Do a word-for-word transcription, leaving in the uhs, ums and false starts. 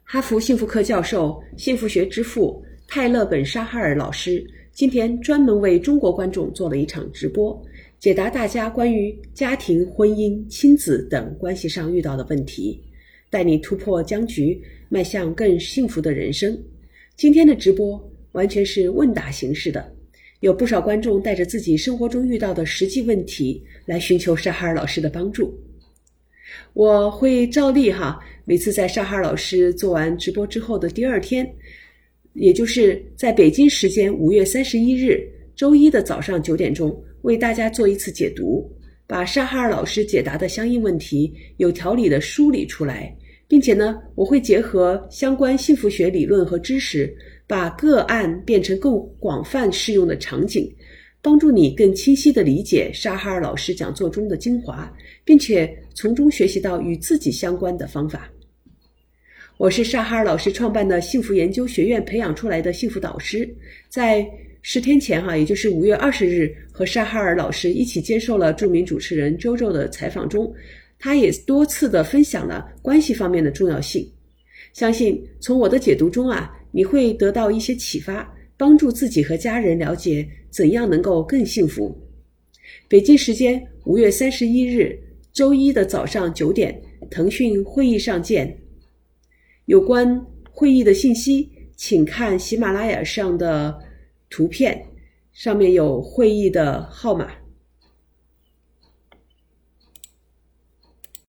哈佛幸福课教授、幸福学之父泰勒·本·沙哈尔老师今天专门为中国观众做了一场直播，解答大家关于家庭、婚姻、亲子等关系上遇到的问题，带你突破僵局，迈向更幸福的人生。今天的直播完全是问答形式的，有不少观众带着自己生活中遇到的实际问题来寻求沙哈尔老师的帮助。我会照例哈，每次在沙哈尔老师做完直播之后的第二天，也就是在北京时间五月三十一日周一的早上九点钟，为大家做一次解读，把沙哈尔老师解答的相应问题有条理的梳理出来，并且呢，我会结合相关幸福学理论和知识，把个案变成更广泛适用的场景，帮助你更清晰地理解沙哈尔老师讲座中的精华，并且从中学习到与自己相关的方法。我是沙哈尔老师创办的幸福研究学院培养出来的幸福导师，在十天前哈，也就是五月二十日，和沙哈尔老师一起接受了著名主持人周周的采访中，他也多次的分享了关系方面的重要性。相信从我的解读中啊，你会得到一些启发，帮助自己和家人了解怎样能够更幸福。北京时间五月三十一日周一的早上九点，腾讯会议上见。有关会议的信息，请看喜马拉雅上的图片，上面有会议的号码。